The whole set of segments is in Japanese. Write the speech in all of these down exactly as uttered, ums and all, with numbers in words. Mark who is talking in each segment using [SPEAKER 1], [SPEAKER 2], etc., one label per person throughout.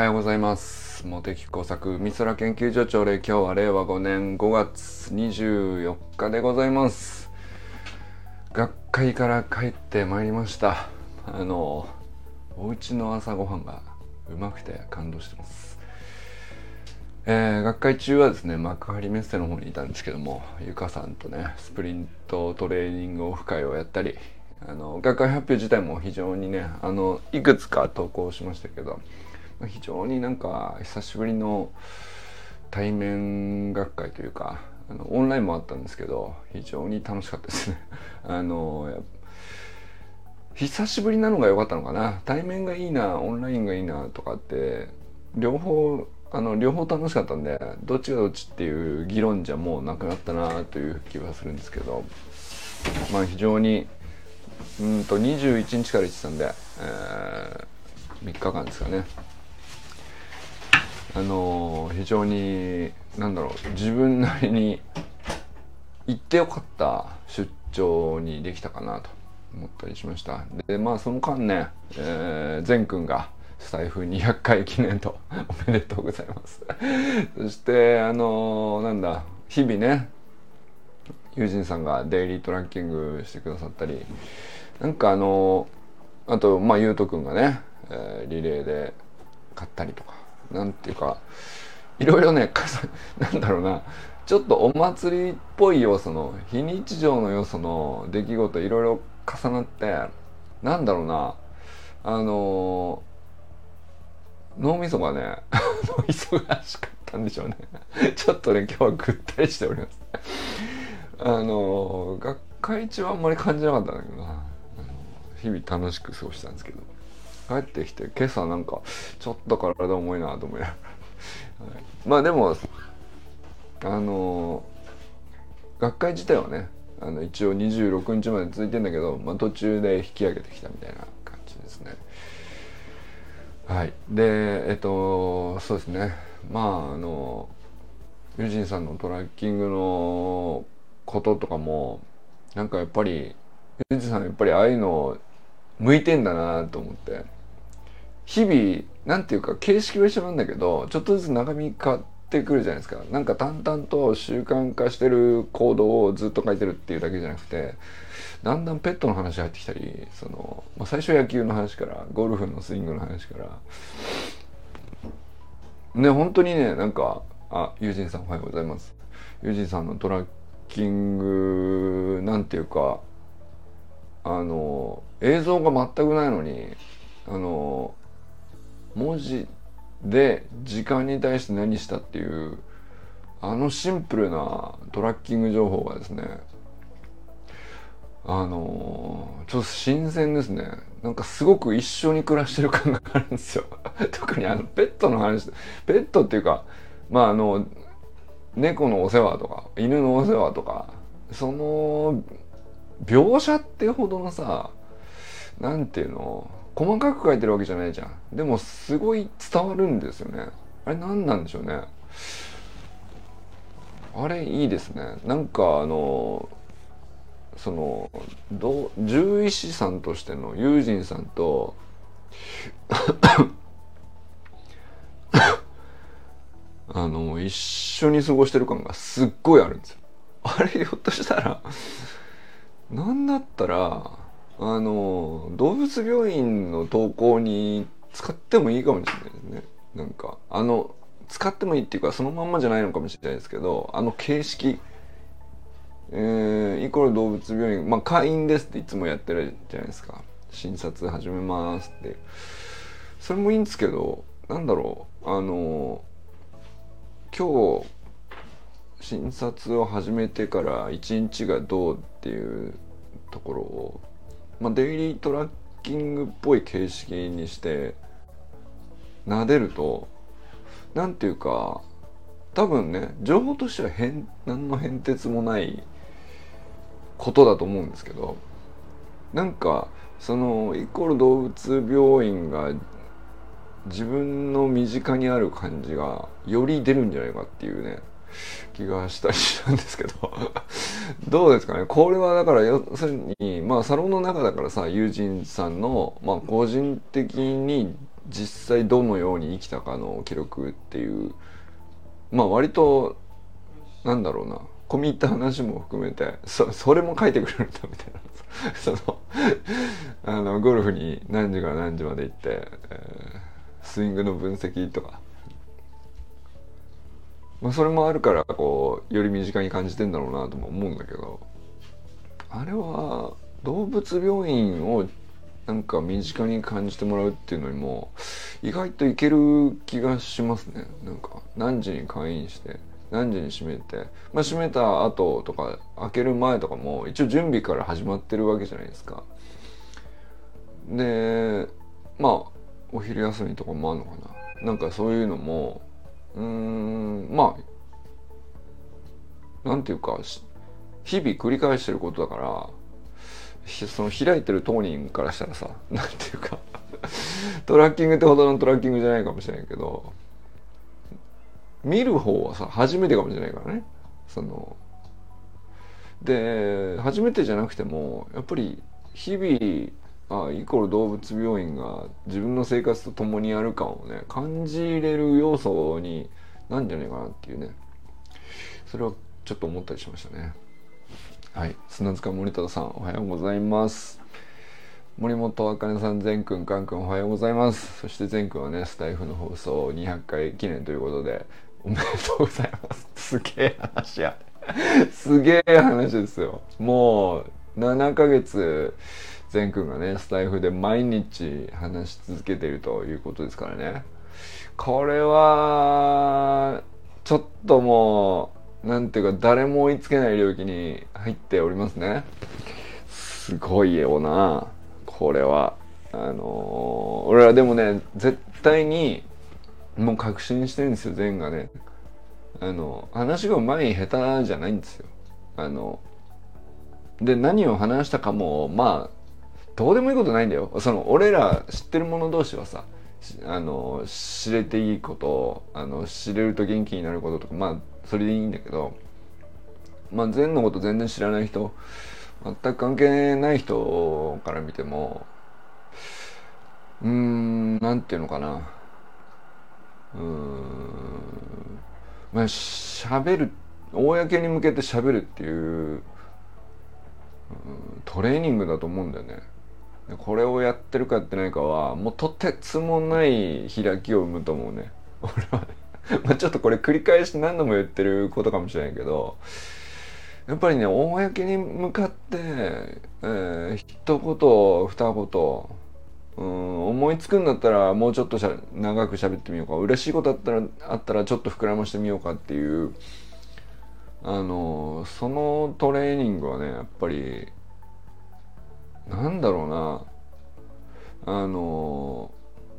[SPEAKER 1] はようございます。茂木工作美空研究所長で、今日はれいわごねんごがつにじゅうよっかでございます。学会から帰ってまいりました。あのお家の朝ごはんがうまくて感動してます。えー、学会中はですね、幕張メッセの方にいたんですけども、ゆかさんとねスプリントトレーニングオフ会をやったり、あの学会発表自体も非常にね、あのいくつか投稿しましたけど、非常になんか久しぶりの対面学会というか、あのオンラインもあったんですけど、非常に楽しかったですね。あの久しぶりなのが良かったのかな。対面がいいな、オンラインがいいなとかって両方あの両方楽しかったんで、どっちがどっちっていう議論じゃもうなくなったなという気はするんですけど、まあ非常にうんとにじゅういちにちから行ってたんで、えー、みっかかんですかね。あの非常になんだろう、自分なりに行ってよかった出張にできたかなと思ったりしました。でまあその間ね、えー、善くんがスタイフにひゃっかい記念とおめでとうございますそしてあのー、なんだ日々ね、友人さんがデイリートラッキングしてくださったり、なんかあのー、あとまあゆうとくんがね、えー、リレーで買ったりとか、なんていうかいろいろね、なんだろうな、ちょっとお祭りっぽい要素の、非日常の要素の出来事いろいろ重なって、なんだろうな、あのー、脳みそがね忙しかったんでしょうねちょっとね今日はぐったりしておりますあのー、学会中はあんまり感じなかったんだけどな、あの日々楽しく過ごしたんですけど、帰ってきて今朝なんかちょっと体重いなと思いながらはい、まあでもあの学会自体はね、あの一応にじゅうろくにちまで続いてんだけど、まあ、途中で引き上げてきたみたいな感じですね。はい。でえっとそうですね、まああのユージンさんのトラッキングのこととかも、なんかやっぱりユージンさんやっぱりああいうの向いてんだなと思って、日々なんていうか形式は一緒なんだけど、ちょっとずつ中身変わってくるじゃないですか。なんか淡々と習慣化してる行動をずっと書いてるっていうだけじゃなくて、だんだんペットの話入ってきたり、その、まあ、最初野球の話からゴルフのスイングの話からね、本当にね、なんか、あ、ユージンさんおはようございます。ユージンさんのトラッキングなんていうか、あの映像が全くないのに、あの文字で時間に対して何したっていうあのシンプルなトラッキング情報がですね、あのちょっと新鮮ですね。なんかすごく一緒に暮らしてる感があるんですよ特にあのペットの話、ペットっていうか、まああの猫のお世話とか犬のお世話とか、その描写っていうほどのさ、なんていうの、細かく書いてるわけじゃないじゃん。でもすごい伝わるんですよね。あれ何なんでしょうね。あれいいですね。なんかあのその獣医師さんとしてのユージンさんとあの一緒に過ごしてる感がすっごいあるんですよ。あれひょっとしたらなんだったらあの動物病院の投稿に使ってもいいかもしれないですね。なんかあの使ってもいいっていうか、そのまんまじゃないのかもしれないですけど、あの形式、えー、イコール動物病院、まあ会員ですっていつもやってるじゃないですか。診察始めますって、それもいいんですけど、なんだろう、あの今日診察を始めてから一日がどうっていうところを、まあ、デイリートラッキングっぽい形式にして撫でると、なんていうか、多分ね情報としては変何の変哲もないことだと思うんですけど、なんかそのイコール動物病院が自分の身近にある感じがより出るんじゃないかっていうね気がしたりしたんですけどどうですかね。これはだから要するに、まあサロンの中だからさ、友人さんの、まあ、個人的に実際どのように生きたかの記録っていう、まあ割となんだろうな、込み入った話も含めて そ, それも書いてくれるんだみたいなそのあのゴルフに何時から何時まで行って、えー、スイングの分析とか、まあ、それもあるからこうより身近に感じてんだろうなとも思うんだけど、あれは動物病院をなんか身近に感じてもらうっていうのにも意外といける気がしますね。なんか何時に開院して何時に閉めて、まあ、閉めた後とか開ける前とかも一応準備から始まってるわけじゃないですか。でまあお昼休みとかもあるのかな、なんかそういうのもうーんまあなんていうか日々繰り返してることだから、その開いてる当人からしたらさ、なんていうかトラッキングってほどのトラッキングじゃないかもしれないけど、見る方はさ初めてかもしれないからね。そので初めてじゃなくてもやっぱり日々あイコール動物病院が自分の生活と共にある感をね感じれる要素になんじゃないかなっていうね、それはちょっと思ったりしましたね。はい、砂塚森忠さんおはようございます。森本あかねさん、善くん、かんくんおはようございます。そして善くんはねスタイフの放送にひゃっかい記念ということでおめでとうございます。すげえ話やすげえ話ですよ。もうななかげつ善くんがねスタイフで毎日話し続けているということですからね。これはちょっともうなんていうか誰も追いつけない領域に入っておりますね。すごいよなこれは。あのー、俺はでもね絶対にもう確信してるんですよ、善がね。あの話が上手い下手じゃないんですよ。あので何を話したかもまあどうでもいいことないんだよ。その俺ら知ってる者同士はさ、あの知れていいこと、あの知れると元気になることとかまあそれでいいんだけど、まあ善のこと全然知らない人、全く関係ない人から見てもうーんなんていうのかな、うーんまあ喋る、公に向けて喋るっていう、うん、トレーニングだと思うんだよね。これをやってるかやってないかはもうとてつもない開きを生むと思うね俺はねまあちょっとこれ繰り返し何度も言ってることかもしれないけど、やっぱりね公に向かって、えー、一言二言、うん、思いつくんだったらもうちょっとしゃ長く喋ってみようか、嬉しいことあったらあったらちょっと膨らましてみようかっていう、あのそのトレーニングはねやっぱりなんだろうな、あの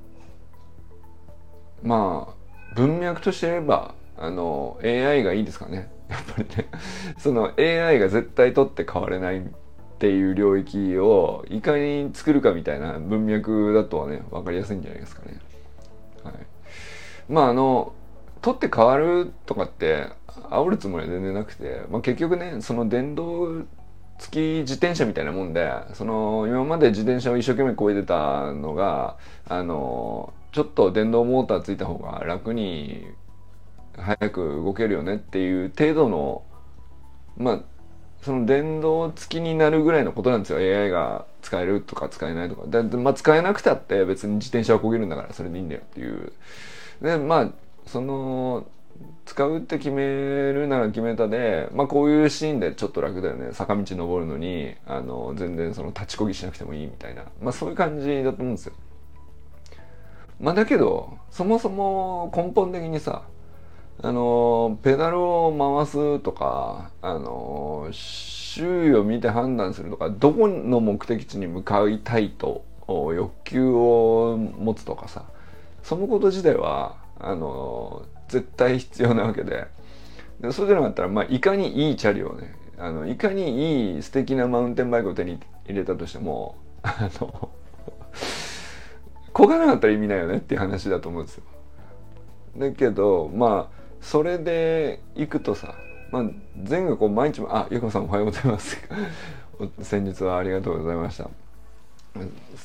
[SPEAKER 1] まあ文脈として言えばあの エーアイ がいいですかねやっぱりねその エーアイ が絶対取って変われないっていう領域をいかに作るかみたいな文脈だとはね分かりやすいんじゃないですかね。はい、まああの取って変わるとかって煽るつもりは全然なくて、まあ、結局ねその電動付き自転車みたいなもんで、その今まで自転車を一生懸命こいでたのがあのちょっと電動モーターついた方が楽に早く動けるよねっていう程度の、まあその電動付きになるぐらいのことなんですよ。 エーアイ が使えるとか使えないとかで、まあ、使えなくたって別に自転車はこげるんだからそれでいいんだよっていう。でまあその使うって決めるなら決めたで、まあこういうシーンでちょっと楽だよね、坂道登るのにあの全然その立ちこぎしなくてもいいみたいな、まあそういう感じだと思うんですよ。まあだけどそもそも根本的にさ、あのペダルを回すとか、あの周囲を見て判断するとか、どこの目的地に向かいたいと欲求を持つとかさ、そのこと自体はあの絶対必要なわけで、でそうじゃなかったら、まあ、いかにいいチャリをね、あのいかにいい素敵なマウンテンバイクを手に入れたとしてもあのこがなかったら意味ないよねっていう話だと思うんですよ。だけどまあそれで行くとさ、まあ、前後こう毎日も「あ、ゆこさんおはようございます」先日はありがとうございました。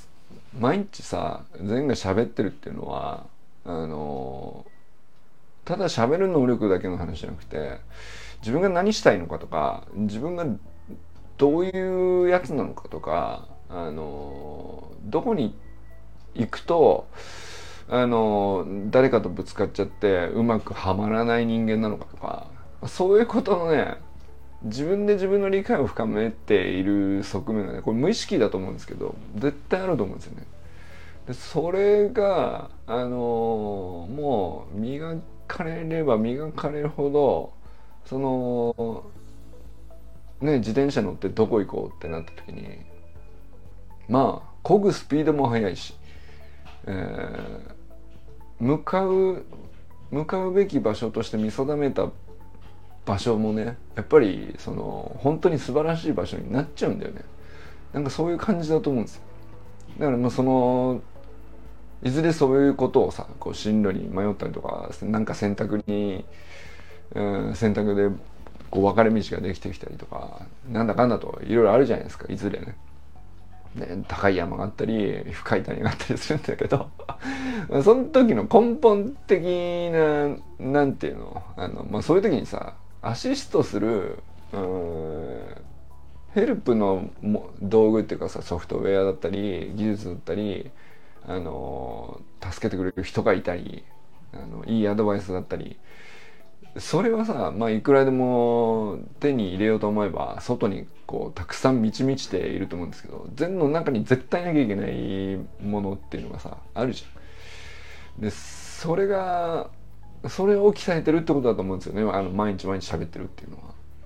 [SPEAKER 1] 毎日さ善が喋ってるっていうのはあのただ喋る能力だけの話じゃなくて、自分が何したいのかとか、自分がどういうやつなのかとか、あのどこに行くとあの誰かとぶつかっちゃってうまくはまらない人間なのかとか、そういうことのね、自分で自分の理解を深めている側面がね、これ無意識だと思うんですけど絶対あると思うんですよね。でそれがあのもう磨かれれば磨かれるほど、そのね、自転車乗ってどこ行こうってなった時に、まあ漕ぐスピードも速いし、えー、向かう向かうべき場所として見定めた場所もね、やっぱりその本当に素晴らしい場所になっちゃうんだよね。なんかそういう感じだと思うんですよ。だからまあそのいずれそういうことをさ、こう進路に迷ったりとか、なんか選択に、うん、選択でこう分かれ道ができてきたりとか、なんだかんだといろいろあるじゃないですか、いずれね。ね、高い山があったり深い谷があったりするんだけどその時の根本的ななんていうの、あの、まあ、そういう時にさアシストするうーんヘルプのも道具っていうかさ、ソフトウェアだったり技術だったり、あの助けてくれる人がいたり、あのいいアドバイスだったり、それはさ、まあ、いくらでも手に入れようと思えば外にこうたくさん満ち満ちていると思うんですけど、善の中に絶対なきゃいけないものっていうのがさあるじゃん。でそれがそれを鍛えてるってことだと思うんですよね。あの毎日毎日喋ってるっていうのは。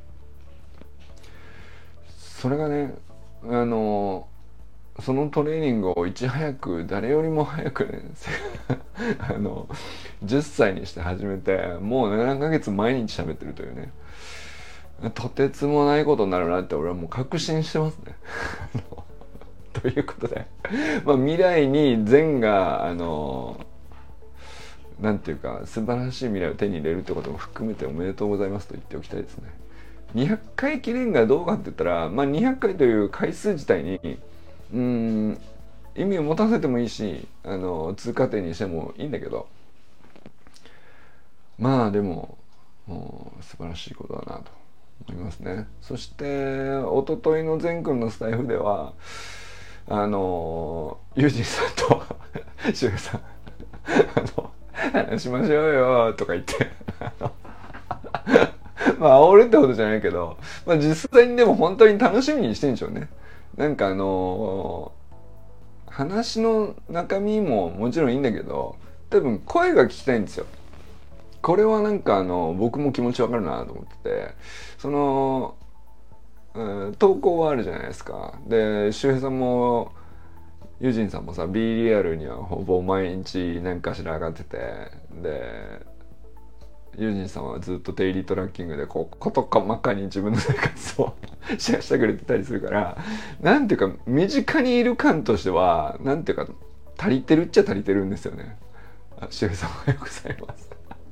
[SPEAKER 1] それがね、あのそのトレーニングをいち早く誰よりも早くねあのじゅっさいにして始めて、もうななかげつ毎日喋ってるというね、とてつもないことになるなって俺はもう確信してますねということで、まあ、未来に善があのなんていうか素晴らしい未来を手に入れるってことも含めておめでとうございますと言っておきたいですね。にひゃっかい記念がどうかって言ったら、まあ、にひゃっかいという回数自体にうーん意味を持たせてもいいし、あの通過点にしてもいいんだけど、まあでももう素晴らしいことだなと思いますね。そして一昨日の善くんのスタイフではあのユージンさんとシュウさんあの話しましょうよとか言ってまあ煽るってことじゃないけど、まあ、実際にでも本当に楽しみにしてんでしょうね。なんかあの話の中身ももちろんいいんだけど、多分声が聞きたいんですよ。これはなんかあの僕も気持ちわかるなと思ってて、その、うん、投稿はあるじゃないですか。で周平さんもユージンさんもさ B リアルにはほぼ毎日何かしら上がってて、でユージンさんはずっとデイリートラッキングでこう事細かに自分の生活をシェアしてくれてたりするから、なんていうか身近にいる感としてはなんていうか足りてるっちゃ足りてるんですよね。あ、シュウさんおはようございます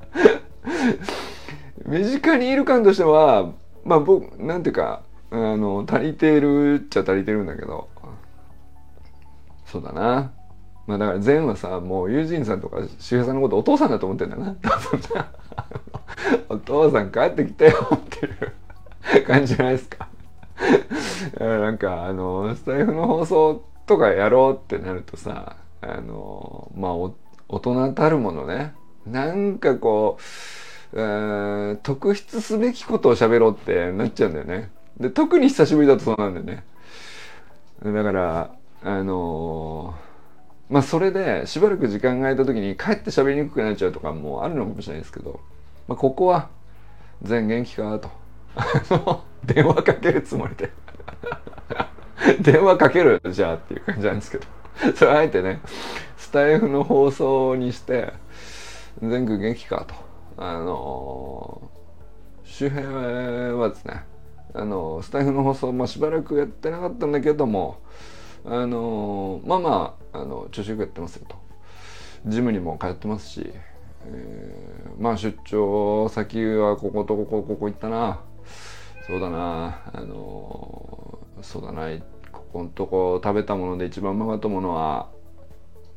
[SPEAKER 1] 身近にいる感としてはまあ僕なんていうかあの足りてるっちゃ足りてるんだけど、そうだな、まあだから善はさもうユージンさんとか周平さんのことお父さんだと思ってんだな多分なお父さん帰ってきたよっていう感じじゃないですかなんかあのスタイフの放送とかやろうってなるとさ、あのまあお大人たるものね、なんかこう、えー、特筆すべきことを喋ろうってなっちゃうんだよね。で特に久しぶりだとそうなんだよね。だからあのー、まあそれでしばらく時間が空いた時に帰って喋りにくくなっちゃうとかもあるのかもしれないですけど、まあ、ここは全元気かと電話かけるつもりで電話かけるじゃあっていう感じなんですけど、それあえてねスタイフの放送にして全国元気かと、あのー、周平はですね、あのー、スタイフの放送、まあ、しばらくやってなかったんだけども、あのー、まあまあ、あの調子よくやってますよと、ジムにも通ってますし、えー、まあ出張先はこことここここ行ったな、そうだな、あのー、そうだな、ここのとこ食べたもので一番うまかったものは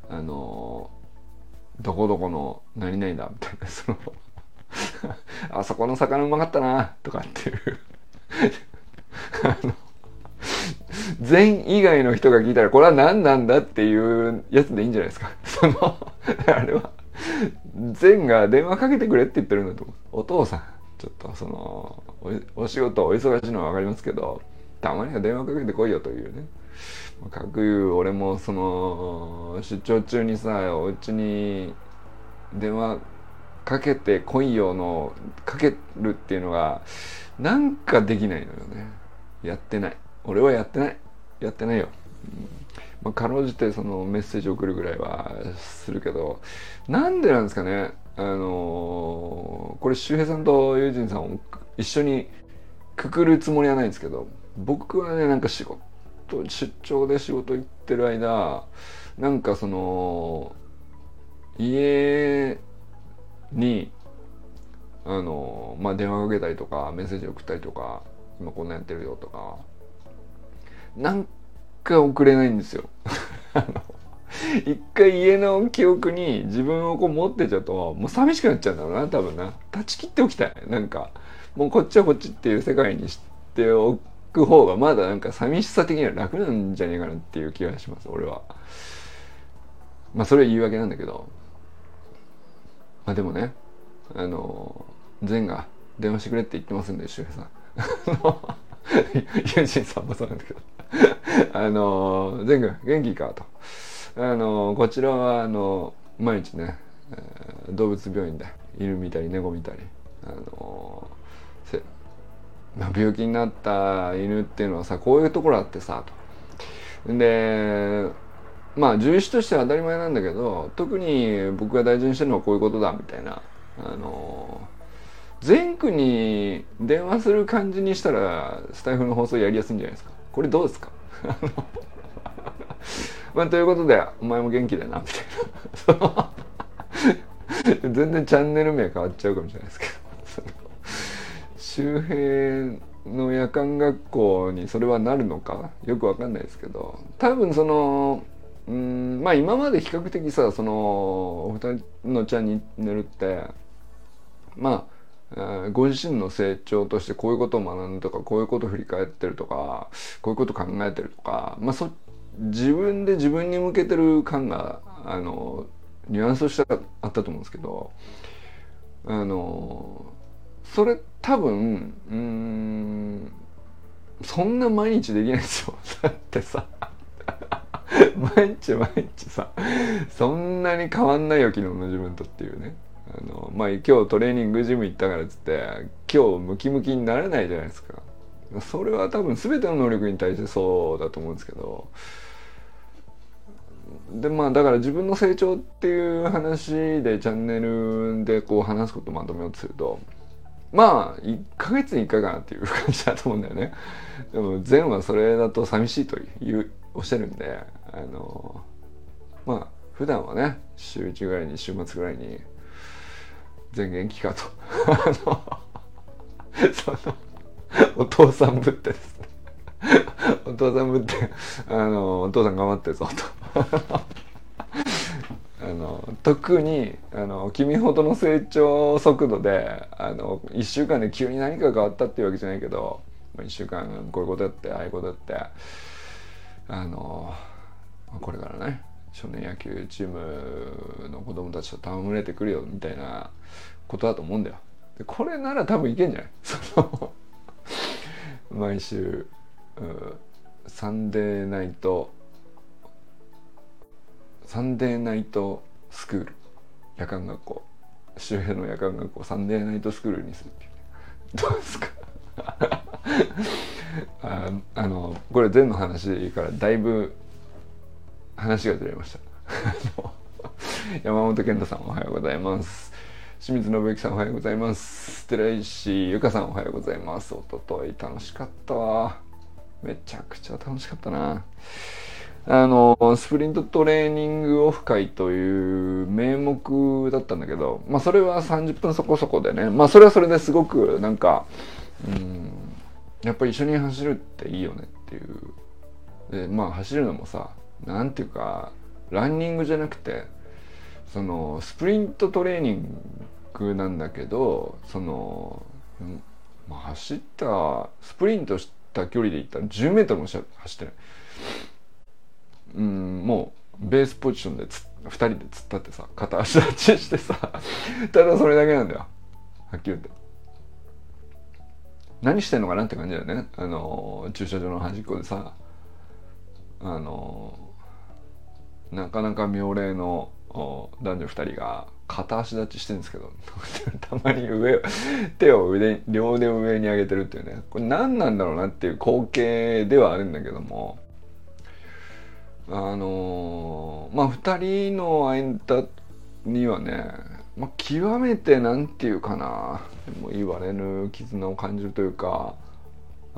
[SPEAKER 1] あのどこどこの何々だみたいな、そのあそこの魚うまかったなとかっていうあの善以外の人が聞いたらこれは何なんだっていうやつでいいんじゃないですか。そのあれは善が電話かけてくれって言ってるんだと思う。お父さんちょっとその お, お仕事お忙しいのは分かりますけど、たまには電話かけてこいよというね。かくいう俺もその出張中にさ、お家に電話かけてこいよのかけるっていうのがなんかできないのよね。やってない。俺はやってない。やってないよ。うんまあ、かろうじてそのメッセージ送るぐらいはするけど、なんでなんですかね。あのー、これ周平さんと友人さんを一緒にくくるつもりはないんですけど、僕はねなんか仕事出張で仕事行ってる間なんかその家にあのまあ電話かけたりとかメッセージ送ったりとか今こんなやってるよとかなんか送れないんですよ。一回家の記憶に自分をこう持ってちゃうともう寂しくなっちゃうんだろうな多分な。断ち切っておきたい。なんかもうこっちはこっちっていう世界にしておく方がまだなんか寂しさ的には楽なんじゃねえかなっていう気がします俺は。まあそれは言い訳なんだけど、まあでもねあの善が電話してくれって言ってますんで周平さん友人さんもそうなんだけどあの善くん元気かと。あのこちらはあの毎日ね、えー、動物病院で犬見たり猫見たりあのせ、まあ、病気になった犬っていうのはさこういうところあってさと。でまあ獣医師としては当たり前なんだけど特に僕が大事にしてるのはこういうことだみたいなあの善くんに電話する感じにしたらスタイフの放送やりやすいんじゃないですか。これどうですかまあということでお前も元気だなみたいな全然チャンネル名変わっちゃうかもしれないですけど周平の夜間学校にそれはなるのかよくわかんないですけど、多分そのうんまあ今まで比較的さそのお二人のチャンネルってまあご自身の成長としてこういうことを学んだとかこういうことを振り返ってるとかこういうことを考えてるとか、まあ、そ自分で自分に向けてる感があのニュアンスとしてはあったと思うんですけど、あのそれ多分うーんそんな毎日できないですよだってさ毎日毎日さそんなに変わんないよ昨日の自分とっていうね。あのまあ今日トレーニングジム行ったからっつって今日ムキムキにならないじゃないですか。それは多分全ての能力に対してそうだと思うんですけど、でまあだから自分の成長っていう話でチャンネルでこう話すことをまとめようとするとまあいっかげつにいっかいかなっていう感じだと思うんだよね。でも善はそれだと寂しいというおっしゃるんで、あのまあ普段はね週いちぐらいに週末ぐらいに全元気かとそのお父さんぶってですねお父さんぶってあのお父さん頑張ってるぞとあの特にあの君ほどの成長速度であのいっしゅうかんで急に何か変わったっていうわけじゃないけど、まあ、いっしゅうかんこういうことやってああいうことやってあのこれからね少年野球チームの子供たちと戯れてくるよみたいなことだと思うんだよ。でこれなら多分いけんじゃないその毎週サンデーナイトサンデーナイトスクール夜間学校周辺の夜間学校サンデーナイトスクールにするっていうどうですかああのこれ善の話からだいぶ話がずれました山本健太さんおはようございます。清水信之さんおはようございます。寺石由香さんおはようございます。おととい楽しかったわ。めちゃくちゃ楽しかったな。あのスプリントトレーニングオフ会という名目だったんだけど、まあそれはさんじゅっぷんそこそこでね、まあそれはそれですごくなんかうんやっぱり一緒に走るっていいよねっていう。でまあ走るのもさなんていうかランニングじゃなくてそのスプリントトレーニングなんだけど、その、まあ、走ったスプリントした距離でいったらじゅうメートルも走ってない。うん、もうベースポジションでつふたりで突っ立ってさ、片足立ちしてさただそれだけなんだよ、はっきり言って。何してんのかなって感じだよね。あの駐車場の端っこでさ、あのなかなか妙齢の男女ふたりが片足立ちしてるんですけどたまに上を手を腕両腕を上に上げてるっていうね、これ何なんだろうなっていう光景ではあるんだけども、あのまあふたりの間にはね、まあ、極めてなんていうかな、もう言われぬ絆を感じるというか、うん、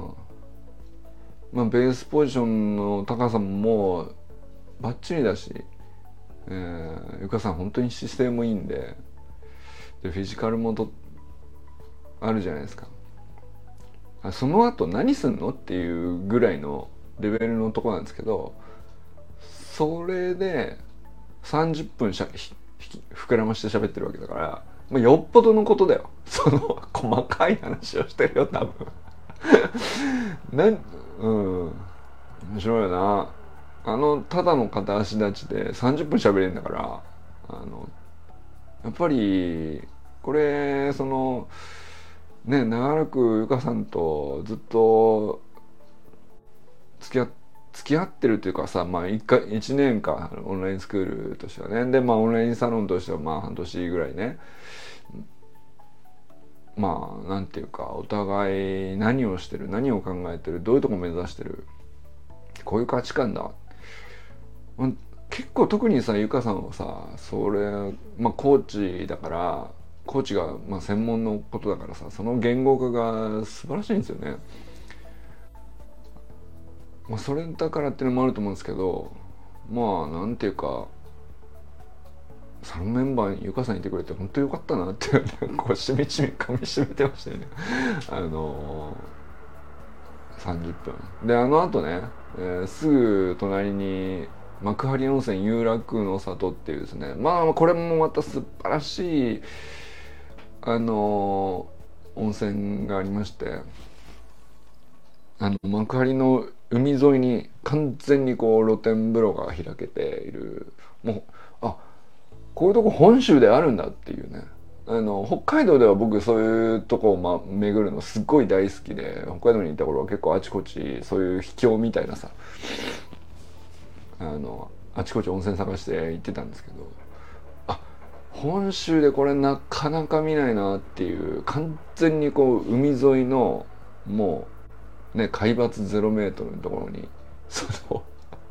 [SPEAKER 1] まあベースポジションの高さももうバッチリだし、えー、ゆかさん本当に姿勢もいいんで、でフィジカルもとあるじゃないですか。その後何すんのっていうぐらいのレベルのとこなんですけど、それでさんじゅっぷんしゃ膨らまして喋ってるわけだから、まあ、よっぽどのことだよ。その細かい話をしてるよ多分なん、うん、面白いよな。あのただの片足立ちでさんじゅっぷん喋れるんだから、あのやっぱりこれそのね、長らくゆかさんとずっと付き合付き合ってるというかさ、まあ 1, かいちねんかオンラインスクールとしてはね、でまあオンラインサロンとしてはまあ半年ぐらいね、まあなんていうかお互い何をしてる、何を考えてる、どういうとこ目指してる、こういう価値観だ。結構特にさゆかさんはさ、それまあコーチだから、コーチがまあ専門のことだからさ、その言語化が素晴らしいんですよね。まあそれだからっていうのもあると思うんですけど、まあなんていうかサロンメンバーにゆかさんいてくれて本当によかったなってこうしみじみかみしめてましたよねあのー、さんじゅっぷんで、あのあとね、えー、すぐ隣に幕張温泉有楽の里っていうですね、まあこれもまた素晴らしいあのー、温泉がありまして、あの幕張の海沿いに完全にこう露天風呂が開けている、もうあこういうとこ本州であるんだっていうね。あの北海道では僕そういうとこを、ま、巡るのすっごい大好きで、北海道に行った頃は結構あちこちそういう秘境みたいなさ、あのあちこち温泉探して行ってたんですけど、あ本州でこれなかなか見ないなっていう、完全にこう海沿いのもうね海抜ゼロメートルのところにその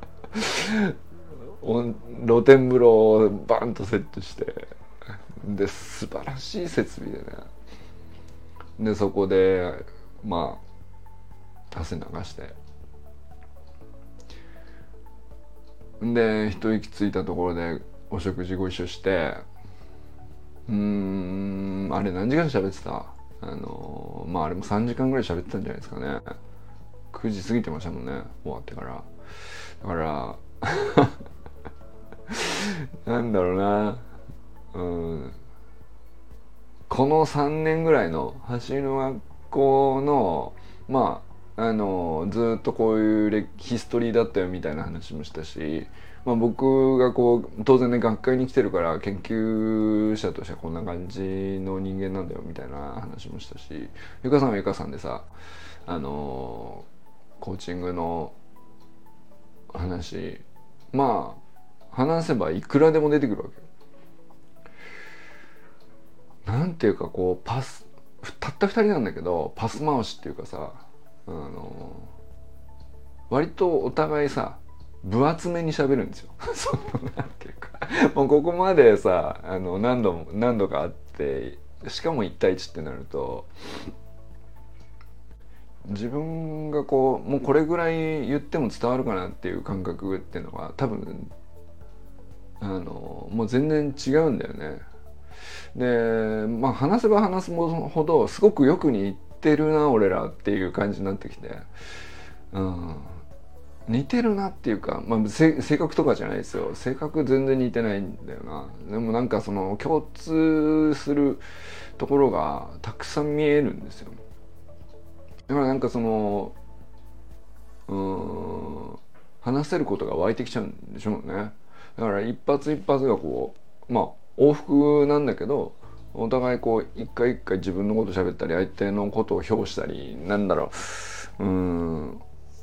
[SPEAKER 1] 露天風呂をバンとセットして、で素晴らしい設備でね、でそこでまあ汗流してで一息ついたところでお食事ご一緒して、うーんあれ何時間喋ってた、あのまああれもさんじかんぐらい喋ってたんじゃないですかね。くじ過ぎてましたもんね、終わってから。だからなんだろうな、うん、このさんねんぐらいの走りの学校のまああのずっとこういうヒストリーだったよみたいな話もしたし、まあ、僕がこう当然ね学会に来てるから研究者としてはこんな感じの人間なんだよみたいな話もしたし、ゆかさんはゆかさんでさ、あのコーチングの話まあ話せばいくらでも出てくるわけよ。なんていうかこうパスたったふたりなんだけどパス回しっていうかさ、あの割とお互いさ分厚めに喋るんですよそのなんていうかもうここまでさあの何度も何度かあって、しかもいち対いちってなると自分がこうもうこれぐらい言っても伝わるかなっていう感覚っていうのは多分あのもう全然違うんだよね。でまあ話せば話すほどすごくよく似てるな俺らっていう感じになってきて、うん、 似てるなっていうか、まあ、性格とかじゃないですよ。性格全然似てないんだよな。でもなんかその共通するところがたくさん見えるんですよ。だからなんかそのうーん話せることが湧いてきちゃうんでしょうね。だから一発一発がこうまあ往復なんだけど、お互いこう一回一回自分のこと喋ったり相手のことを評したり、なんだろう、うーん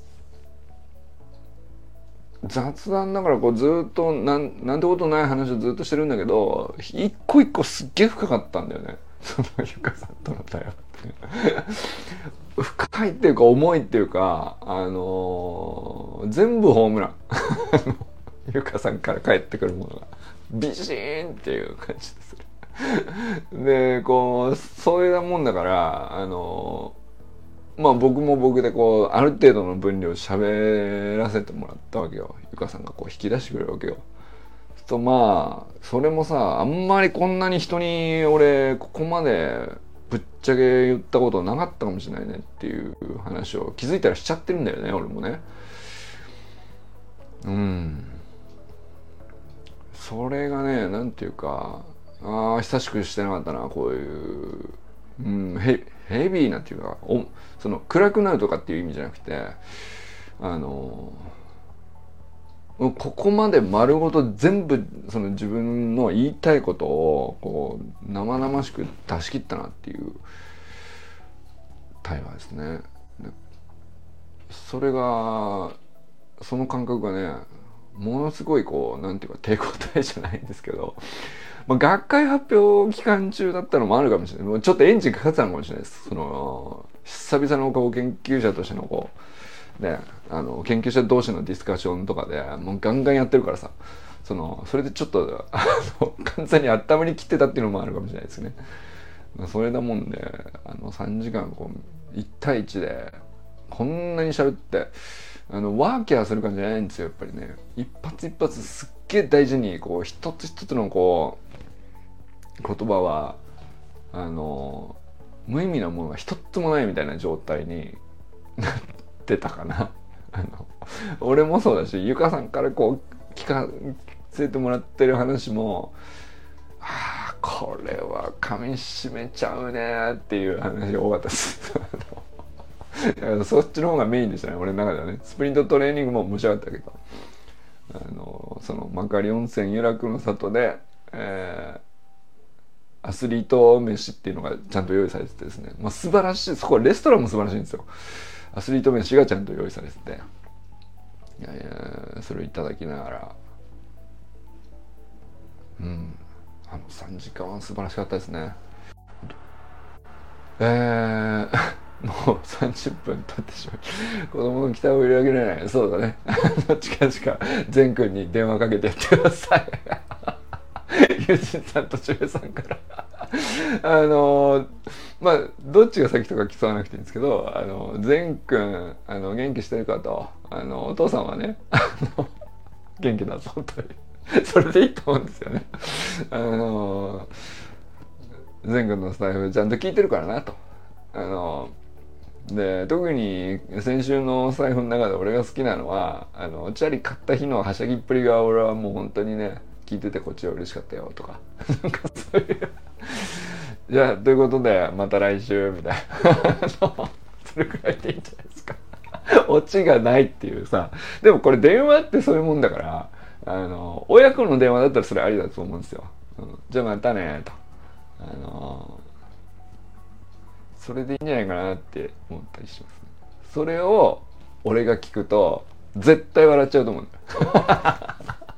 [SPEAKER 1] 雑談だからこうずっとなんなんてことない話をずっとしてるんだけど、一個一個すっげえ深かったんだよね、そのゆかさんとの対話って深いっていうか重いっていうか、あのー、全部ホームランゆかさんから返ってくるものがビシーンっていう感じでするでこうそういうもんだから、あのーまあ僕も僕でこうある程度の分量喋らせてもらったわけよ。ゆかさんがこう引き出してくれるわけよ。とまあそれもさ、あんまりこんなに人に俺ここまでぶっちゃけ言ったことなかったかもしれないねっていう話を気づいたらしちゃってるんだよね、俺もね。うんそれがね、なんていうか、ああ久しくしてなかったなこういう、うん、ヘヘビーなっていうか、おその暗くなるとかっていう意味じゃなくて、あのここまで丸ごと全部その自分の言いたいことをこう生々しく出し切ったなっていう対話ですね。それがその感覚がね、ものすごいこうなんていうか抵抗体じゃないんですけど、まあ、学会発表期間中だったのもあるかもしれない。もうちょっとエンジンかかってたのかもしれないです。その久々のこう研究者としてのこうね、あの研究者同士のディスカッションとかでもうガンガンやってるからさ、そのそれでちょっとあの完全に温まりきってたっていうのもあるかもしれないですね。それだもんで、あのさんじかんこういち対いちでこんなに喋って、あのワーキャーする感じじゃないんですよ。やっぱりね、一発一発すっげえ大事にこう一つ一つのこう言葉はあの無意味なものが一つもないみたいな状態になってたかな。あの俺もそうだし、ゆかさんからこう聞かせてもらってる話も、ああこれは噛み締めちゃうねっていう話が多かったですそっちの方がメインでしたね、俺の中ではね。スプリントトレーニングも面白かったけど、あのその幕張温泉湯楽の里で、えー、アスリート飯っていうのがちゃんと用意されててですね、まあ、素晴らしい。そこレストランも素晴らしいんですよ。アスリート飯がちゃんと用意されてて、いやいやそれをいただきながら、うんあのさんじかんは素晴らしかったですね。えーもうさんじゅっぷん経ってしまう。子供の期待を裏切れない。そうだね。近々善くんに電話かけてやってください。友人さんとちゅうさんからあのまあどっちが先とか競わなくていいんですけど、あの善くんあの元気してるかと、あのお父さんはねあの元気だぞというそれでいいと思うんですよね。あの善くんのスタイフちゃんと聞いてるからなと。あので特に先週の財布の中で俺が好きなのは、あのチャリ買った日のはしゃぎっぷりが俺はもう本当にね聞いててこっちは嬉しかったよとかなんかそういうじゃあということでまた来週みたいなそれくらいでいいんじゃないですかオチがないっていうさ。でもこれ電話ってそういうもんだから、あの親子の電話だったらそれありだと思うんですよ、うん、じゃあまたねと、あのそれでいいんじゃないかなって思ったりしますね。それを俺が聞くと絶対笑っちゃうと思うんだ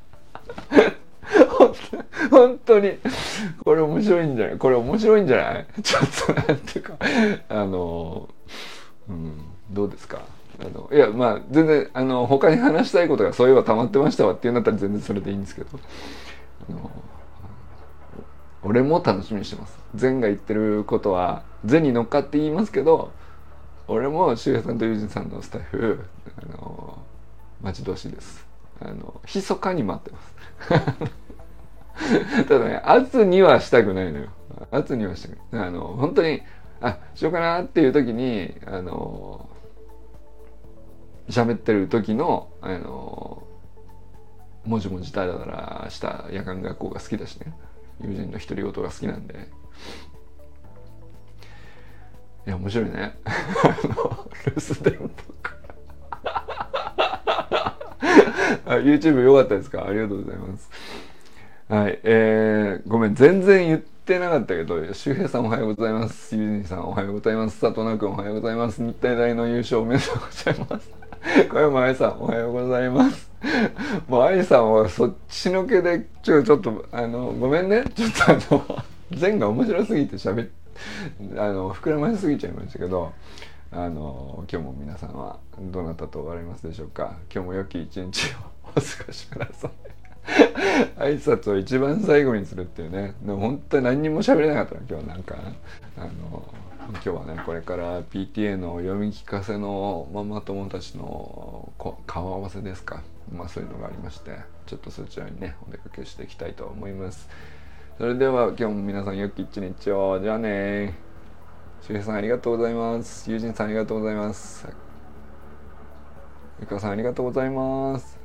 [SPEAKER 1] 本当にこれ面白いんじゃないこれ面白いんじゃないちょっとなんていうかあの、うん、どうですか。あのいやまあ全然あの他に話したいことがそういえば溜まってましたわっていうんだったら全然それでいいんですけど、あの俺も楽しみにしてます。善が言ってることは善に乗っかって言いますけど、俺も周平さんと友人さんのスタッフあの待ち遠しいです。あの密かに待ってますただね圧にはしたくないのよ。圧にはしたくない。あの本当にあしようかなっていう時にあの喋ってる時のあのもじもじだらだらした夜間学校が好きだしね、友人の独り言が好きなんで、いや面白いねあの留守電僕YouTube 良かったですか？ありがとうございます。はい、えー、ごめん全然言ってなかったけど、周平さんおはようございます、ゆうじさんおはようございます、佐藤くんおはようございます、日体大の優勝おめでとうございます小山愛さんおはようございますもう愛さんはそっちのけでちょちょっとあのごめんね、ちょっとあの前が面白すぎて喋っあの膨らましすぎちゃいましたけど、あの今日も皆さんはどなたとおられますでしょうか。今日も良き一日をお過ごしください挨拶を一番最後にするっていうね。でも本当に何にも喋れなかったな今日。なんかあの今日はねこれから ピーティーエー の読み聞かせのママ友たちの顔合わせですか、まあそういうのがありまして、ちょっとそちらにねお出かけしていきたいと思います。それでは今日も皆さん良き一日を。じゃあね。周平さんありがとうございます。友人さんありがとうございます。ゆかさんありがとうございます。